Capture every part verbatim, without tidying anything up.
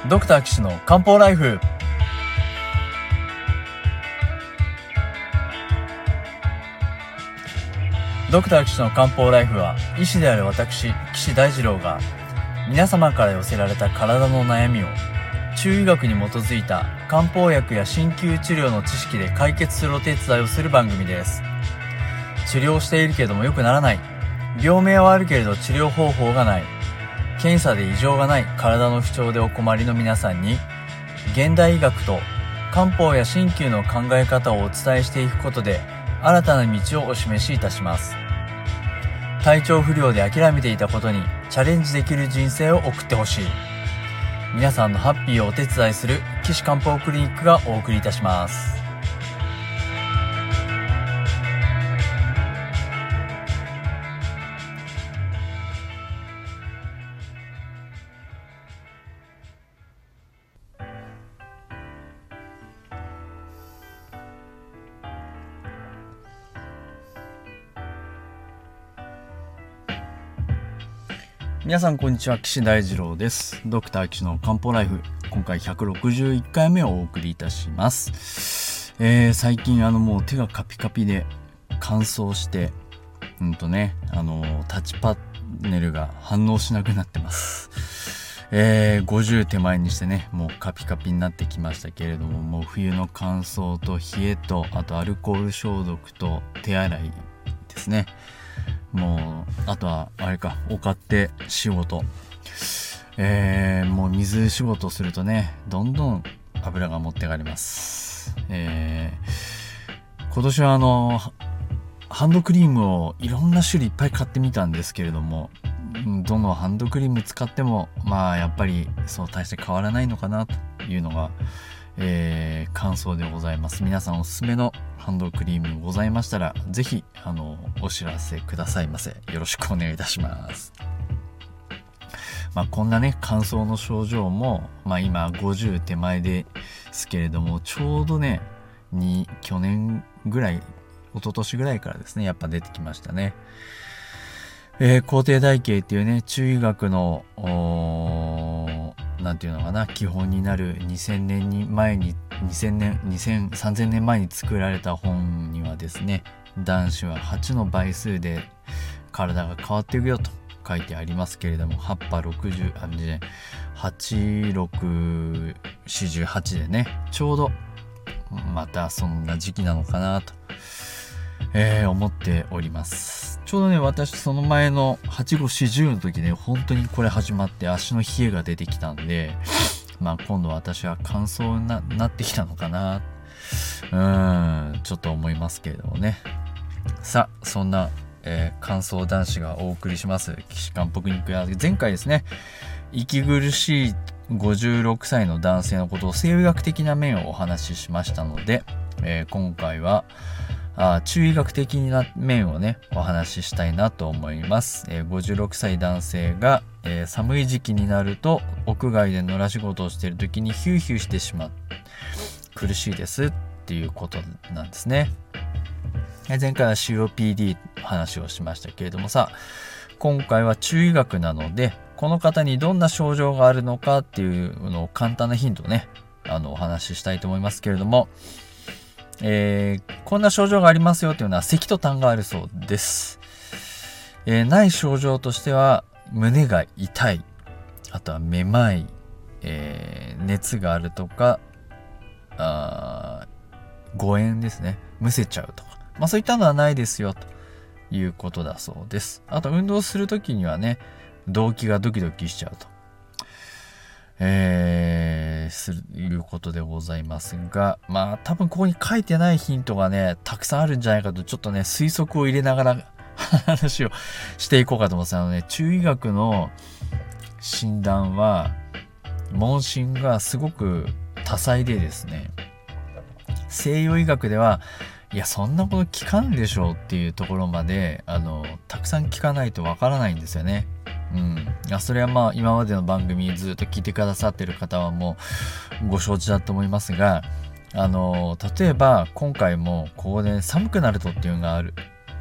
ドクター岸の漢方ライフ。ドクター岸の漢方ライフは、医師である私岸大二郎が皆様から寄せられた体の悩みを中医学に基づいた漢方薬や鍼灸治療の知識で解決するお手伝いをする番組です。治療しているけれども良くならない、病名はあるけれど治療方法がない、検査で異常がない体の不調でお困りの皆さんに、現代医学と漢方や鍼灸の考え方をお伝えしていくことで新たな道をお示しいたします。体調不良で諦めていたことにチャレンジできる人生を送ってほしい。皆さんのハッピーをお手伝いする岸漢方クリニックがお送りいたします。皆さんこんにちは、岸大二郎です。ドクター岸の漢方ライフ、今回ひゃくろくじゅういっかいめをお送りいたします。えー、最近あのもう手がカピカピで乾燥してうんとねあのタッチパネルが反応しなくなってます。えー、ごじゅう手前にしてね、もうカピカピになってきましたけれども、もう冬の乾燥と冷えと、あとアルコール消毒と手洗いですね。もうあとはあれか、お勝手仕事、えー、もう水仕事するとね、どんどん油が持ってかれます。えー、今年はあのハンドクリームをいろんな種類いっぱい買ってみたんですけれども、どのハンドクリーム使ってもまあやっぱりそう大して変わらないのかなというのが、えー、感想でございます。皆さんおすすめのハンドクリームございましたら、ぜひあのお知らせくださいませ。よろしくお願いいたします。まあこんなね乾燥の症状も、まあ今ごじゅう手前ですけれども、ちょうどねに去年ぐらい、一昨年ぐらいからですね、やっぱ出てきましたね。えー、皇帝台形っていうね、中医学のなんていうのかな、基本になるにせんねんに前ににせんねんにせんさんぜんねんまえに作られた本にはですね、男子ははちの倍数で体が変わっていくよと書いてありますけれども、はちろくあねはちろくよんじゅうはちでね、ちょうどまたそんな時期なのかなと、えー、思っております。ちょうどね、私その前のはちごよんじゅうの時ね、本当にこれ始まって足の冷えが出てきたんで、まあ今度私は乾燥に な, なってきたのかな、うーんちょっと思いますけれどもね。さあそんな、えー、乾燥男子がお送りします岸漢方クリニックや、前回ですね、息苦しいごじゅうろくさいの男性のことを西洋医学的な面をお話ししましたので、えー、今回はあ中医学的な面をねお話ししたいなと思います。えー、ごじゅうろくさい男性が、えー、寒い時期になると屋外で野良仕事をしている時にヒューヒューしてしまう、苦しいですっていうことなんですね。前回は シーオーピーディー の話をしましたけれどもさ、今回は中医学なので、この方にどんな症状があるのかっていうのを簡単なヒントをねあのお話ししたいと思いますけれども、えー、こんな症状がありますよというのは咳と痰があるそうです。えー、ない症状としては胸が痛い、あとはめまい、えー、熱があるとか、あ誤嚥ですね、むせちゃうとか、まあそういったのはないですよということだそうです。あと運動するときにはね、動悸がドキドキしちゃうと、えー、するいうことでございますが、まあ多分ここに書いてないヒントがねたくさんあるんじゃないかと、ちょっとね推測を入れながら話をしていこうかと思います。あのね、中医学の診断は問診がすごく多彩でですね、西洋医学ではいやそんなこと聞かんでしょうっていうところまであのたくさん聞かないとわからないんですよね。うん、いやそれはまあ今までの番組ずっと聞いてくださってる方はもうご承知だと思いますが、あの例えば今回もここで寒くなるとっていうのがある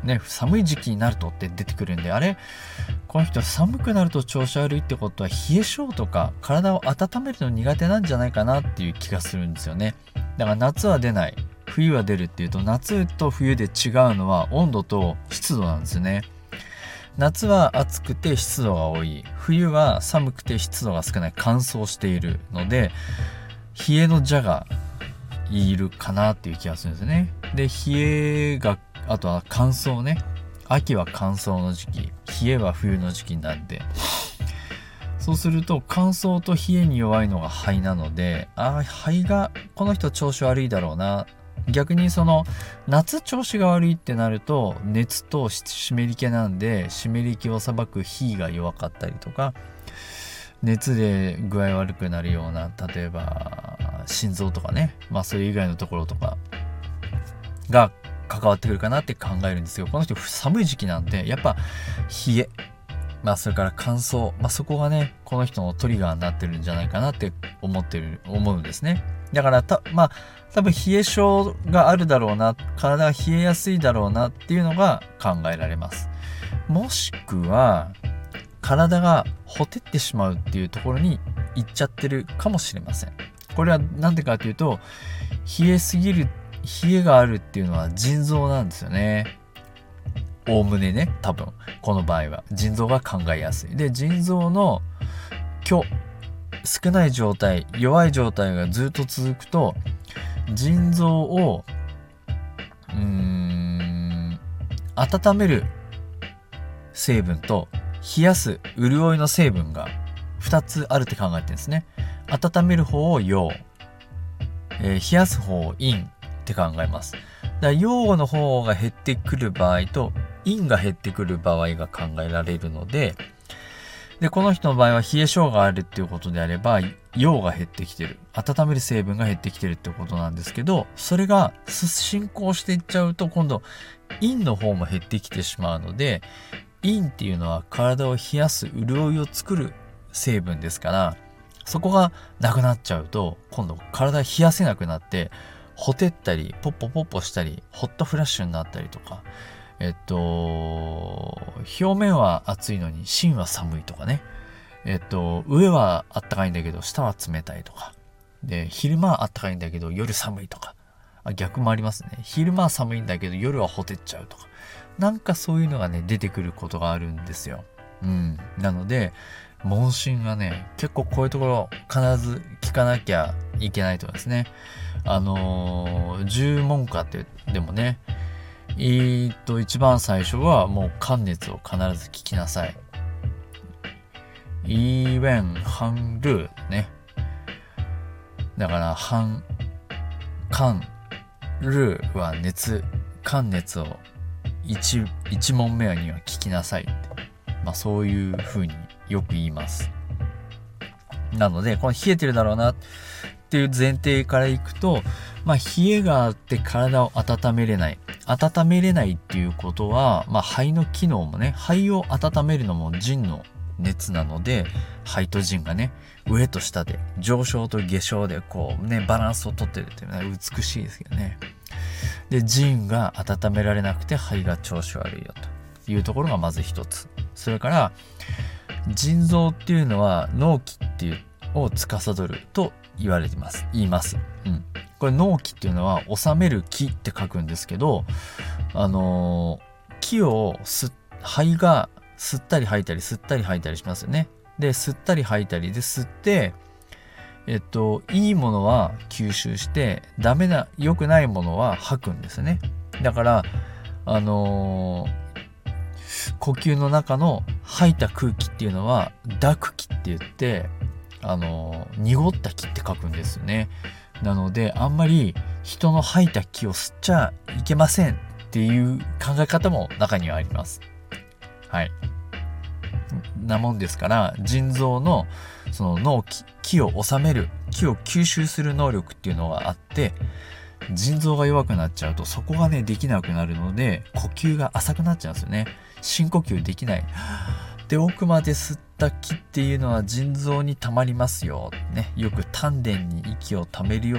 ね、寒い時期になるとって出てくるんで、あれこの人寒くなると調子悪いってことは冷え性とか体を温めるの苦手なんじゃないかなっていう気がするんですよね。だから夏は出ない冬は出るっていうと、夏と冬で違うのは温度と湿度なんですよね。夏は暑くて湿度が多い、冬は寒くて湿度が少ない、乾燥しているので冷えの邪がいるかなっていう気がするんですよね。で冷えが、あとは乾燥ね、秋は乾燥の時期、冷えは冬の時期なんで、そうすると乾燥と冷えに弱いのが肺なので、ああ肺がこの人調子悪いだろうな。逆にその夏調子が悪いってなると熱と湿り気なんで、湿り気をさばく火が弱かったりとか、熱で具合悪くなるような、例えば心臓とかね、まあそれ以外のところとかが関わってくるかなって考えるんですよ。この人寒い時期なんでやっぱ冷え、まあそれから乾燥、まあそこがねこの人のトリガーになってるんじゃないかなって思ってる思うんですね。だからたまあ多分冷え性があるだろうな、体が冷えやすいだろうなっていうのが考えられます。もしくは体がほてってしまうっていうところに行っちゃってるかもしれません。これはなんでかというと、冷えすぎる冷えがあるっていうのは腎臓なんですよね。おおむねね、多分この場合は腎臓が考えやすい。で腎臓の虚、少ない状態、弱い状態がずっと続くと、腎臓をうーん温める成分と冷やす潤いの成分がふたつあるって考えてるんですね。温める方を陽、えー、冷やす方を陰って考えます。だから陽の方が減ってくる場合と陰が減ってくる場合が考えられるので、でこの人の場合は冷え性があるっていうことであれば陽が減ってきてる、温める成分が減ってきてるってことなんですけど、それが進行していっちゃうと今度陰の方も減ってきてしまうので、陰っていうのは体を冷やす潤いを作る成分ですから、そこがなくなっちゃうと今度体冷やせなくなってほてったりポッポポッポしたりホットフラッシュになったりとか、えっと表面は暑いのに芯は寒いとかね、えっと上はあったかいんだけど下は冷たいとかで、昼間はあったかいんだけど夜寒いとか、あ逆もありますね。昼間は寒いんだけど夜はほてっちゃうとか、なんかそういうのがね出てくることがあるんですよ。うんなので問診がね結構こういうところ必ず聞かなきゃいけないとですね。あのー、十問科ってでもね、えー、っと一番最初はもう寒熱を必ず聞きなさい。イーウェンハンルーね。だからハンカンルーは熱、寒熱を 1, 1問目には聞きなさいって、まあそういう風によく言います。なのでこの冷えてるだろうなっていう前提からいくと、まあ冷えがあって体を温めれない、温めれないっていうことは、まあ肺の機能もね、肺を温めるのも腎の熱なので、肺と腎がね上と下で上昇と下昇でこうねバランスをとってるっていうのは美しいですけどね。で腎が温められなくて肺が調子悪いよというところがまず一つ。それから腎臓っていうのは納気っていうを司ると言われてます言います、うん、これ納気っていうのは収める気って書くんですけど、あのー、気を吸肺が吸ったり吐いたり吸ったり吐いたりしますよね。で吸ったり吐いたりで吸ってえっといいものは吸収してダメな良くないものは吐くんですよね。だからあのー呼吸の中の吐いた空気っていうのは濁気って言って、あの濁った気って書くんですよね。なのであんまり人の吐いた気を吸っちゃいけませんっていう考え方も中にはあります。はい。なもんですから腎臓のその納気、気を収める、気を吸収する能力っていうのがあって、腎臓が弱くなっちゃうとそこがねできなくなるので呼吸が浅くなっちゃうんですよね。深呼吸できないで奥まで吸った気っていうのは腎臓に溜まりますよ、ね、よく丹田に息を溜めるように呼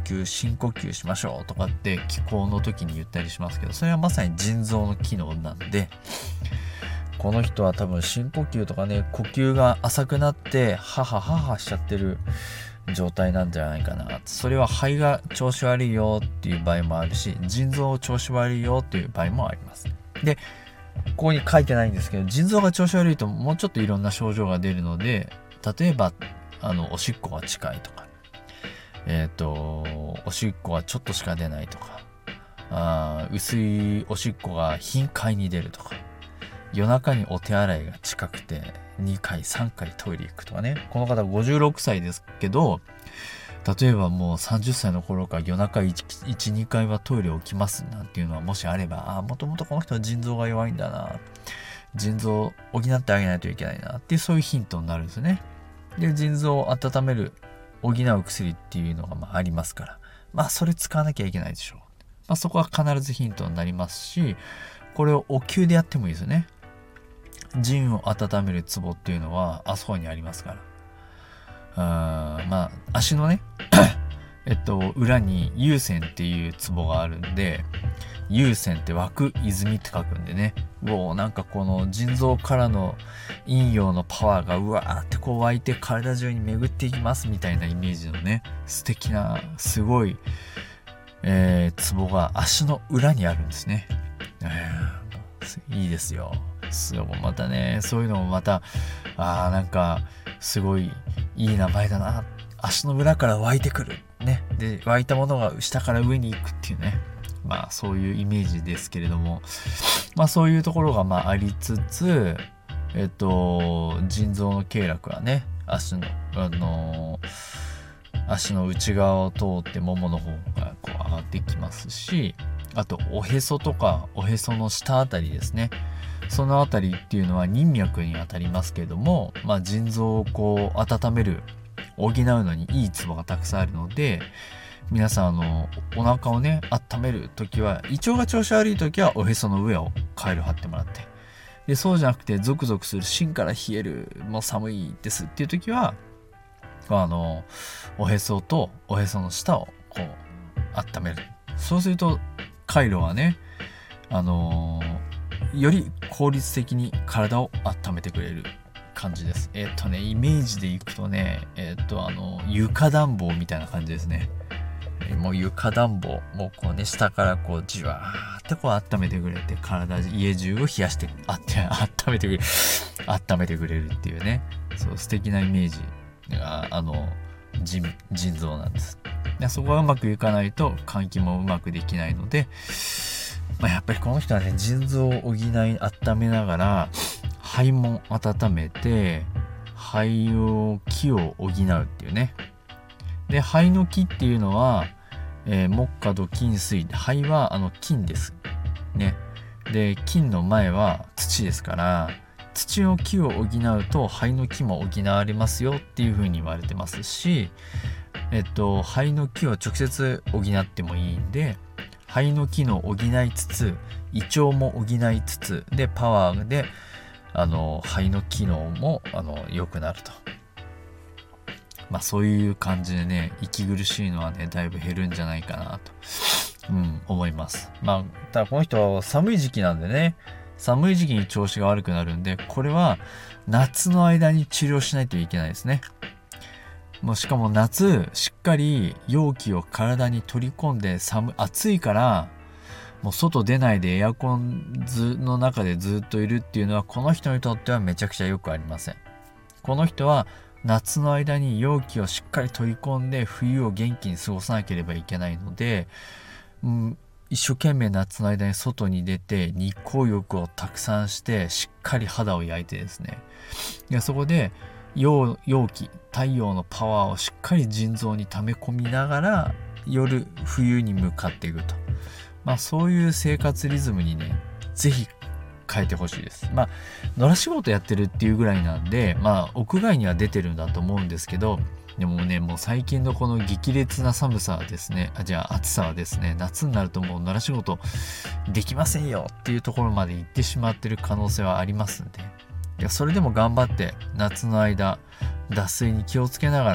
吸深呼吸しましょうとかって気候の時に言ったりしますけど、それはまさに腎臓の機能なんで、この人は多分深呼吸とかね、呼吸が浅くなってハハハハしちゃってる状態なんじゃないかな。それは肺が調子悪いよっていう場合もあるし、腎臓調子悪いよっていう場合もあります。で、ここに書いてないんですけど、腎臓が調子悪いともうちょっといろんな症状が出るので、例えばあのおしっこが近いとか、えっとおしっこがちょっとしか出ないとか、あ薄いおしっこが頻回に出るとか、夜中にお手洗いが近くてにかいさんかいトイレ行くとかね。この方ごじゅうろくさいですけど、例えばもうさんじゅっさいの頃から夜中 いち、にかいはトイレを来ますなんていうのはもしあれば、あ、もともとこの人は腎臓が弱いんだな、腎臓を補ってあげないといけないなっていう、そういうヒントになるんですね。で、腎臓を温める補う薬っていうのがまあありますから、まあそれ使わなきゃいけないでしょう。まあそこは必ずヒントになりますし、これをお灸でやってもいいですよね。腎を温めるツボっていうのはあそこにありますから。あまあ足のねえっと裏に湧泉っていうツボがあるんで、湧泉って湧く泉って書くんでね、もうなんかこの腎臓からの陰陽のパワーがうわーってこう湧いて体中に巡っていきますみたいなイメージのね、素敵なすごい、えー、ツボが足の裏にあるんですね。えー、いいですよ。そうまたね、そういうのもまたあーなんかすごいいい名前だな。足の裏から湧いてくるね。で湧いたものが下から上に行くっていうね、まあそういうイメージですけれども、まあそういうところがまあありつつ、えっと腎臓の経絡はね、足のあの足の内側を通ってももの方がこう上がってきますし、あとおへそとかおへその下あたりですね。そのあたりっていうのは任脈にあたりますけれども、まあ腎臓をこう温める補うのにいいツボがたくさんあるので、皆さんあのお腹をね温めるときは、胃腸が調子悪いときはおへその上をカイロ貼ってもらって、でそうじゃなくてゾクゾクする、芯から冷える、もう寒いですっていうときは、あのおへそとおへその下をこう温める。そうするとカイロはね、あのより効率的に体を温めてくれる感じです。えっとねイメージでいくとね、えっとあの床暖房みたいな感じですね。もう床暖房もうこうね、下からこうじわーってこう温めてくれて、体家中を冷やしてあって温めてくれる温めてくれるっていうね、そう素敵なイメージがあの 腎, 腎臓なんです。でそこがうまくいかないと換気もうまくできないので、まあ、やっぱりこの人はね、腎臓を補い温めながら肺も温めて肺を気を補うっていうね。で肺の気っていうのは、えー、木火土金水、肺はあの金ですね。で金の前は土ですから、土の気を補うと肺の気も補われますよっていう風に言われてますし、えっと肺の気を直接補ってもいいんで、肺の機能を補いつつ胃腸も補いつつでパワーであの肺の機能もあの良くなると、まあそういう感じでね、息苦しいのはねだいぶ減るんじゃないかなと、うん、思います。まあただこの人は寒い時期なんでね、寒い時期に調子が悪くなるんで、これは夏の間に治療しないといけないですね。もうしかも夏しっかり陽気を体に取り込んで、寒暑いからもう外出ないでエアコンの中でずっといるっていうのは、この人にとってはめちゃくちゃよくありません。この人は夏の間に陽気をしっかり取り込んで冬を元気に過ごさなければいけないので、うん、一生懸命夏の間に外に出て日光浴をたくさんして、しっかり肌を焼いてですね、いやそこで陽気太陽のパワーをしっかり腎臓に溜め込みながら夜冬に向かっていくと、まあそういう生活リズムにねぜひ変えてほしいです。まあ野良仕事やってるっていうぐらいなんで、まあ屋外には出てるんだと思うんですけど、でもね、もう最近のこの激烈な寒さはですね、あじゃあ暑さはですね、夏になるともう野良仕事できませんよっていうところまで行ってしまってる可能性はありますんで、いやそれでも頑張って夏の間脱水に気をつけながら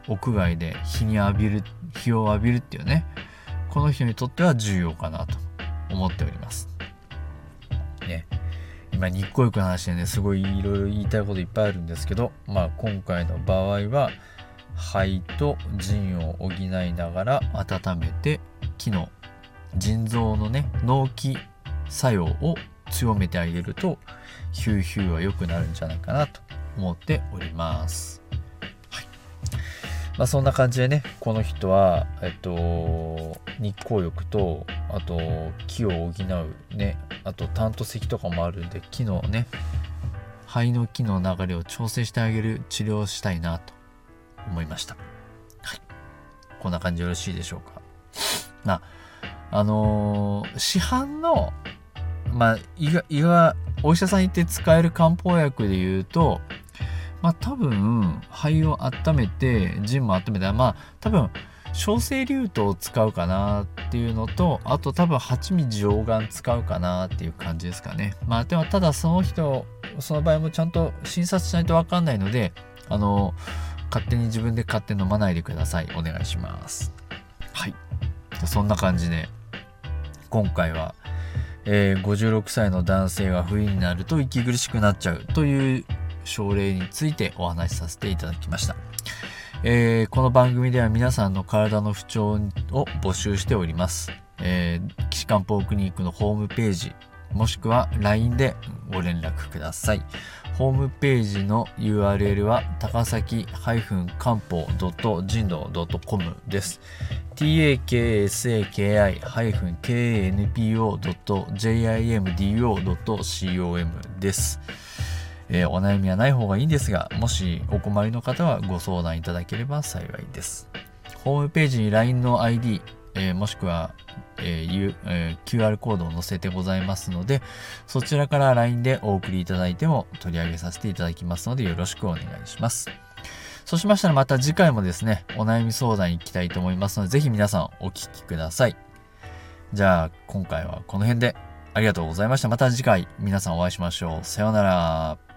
屋外で日に浴びる日を浴びるっていうね、この人にとっては重要かなと思っておりますね。今日光浴の話でね、すごいいろいろ言いたいこといっぱいあるんですけど、まあ今回の場合は肺と腎を補いながら温めて、機能腎臓のね納気作用を強めてあげるとヒューヒューは良くなるんじゃないかなと思っております。はい。まあそんな感じでね、この人はえっと日光浴と、あと気を補うね、あとタント咳とかもあるんで、気のね肺の気の流れを調整してあげる治療をしたいなと思いました。はい。こんな感じでよろしいでしょうか。なあのー、市販のまあ胃が胃がお医者さん行って使える漢方薬で言うと、まあ多分肺を温めて腎も温めて、まあ多分小生竜頭を使うかなっていうのと、あと多分八味上眼使うかなっていう感じですかね。まあでもただその人その場合もちゃんと診察しないと分かんないので、あの勝手に自分で買って飲まないでください。お願いします。はい。そんな感じで今回は、えー、ごじゅうろくさいの男性が冬になると息苦しくなっちゃうという症例についてお話しさせていただきました。えー、この番組では皆さんの体の不調を募集しております。えー、岸漢方クリニックのホームページもしくは ライン でご連絡ください。ホームページの ユーアールエル は高崎漢方人道 .com です。タカサキ ケーエヌピーオー ジェイアイエムディーオー ドット コム です。えー、お悩みはない方がいいんですが、もしお困りの方はご相談いただければ幸いです。ホームページに ライン の アイディー、えー、もしくは、えー U えー、キューアール コードを載せてございますので、そちらから ライン でお送りいただいても取り上げさせていただきますので、よろしくお願いします。そうしましたらまた次回もですね、お悩み相談に行きたいと思いますので、ぜひ皆さんお聞きください。じゃあ今回はこの辺でありがとうございました。また次回皆さんお会いしましょう。さようなら。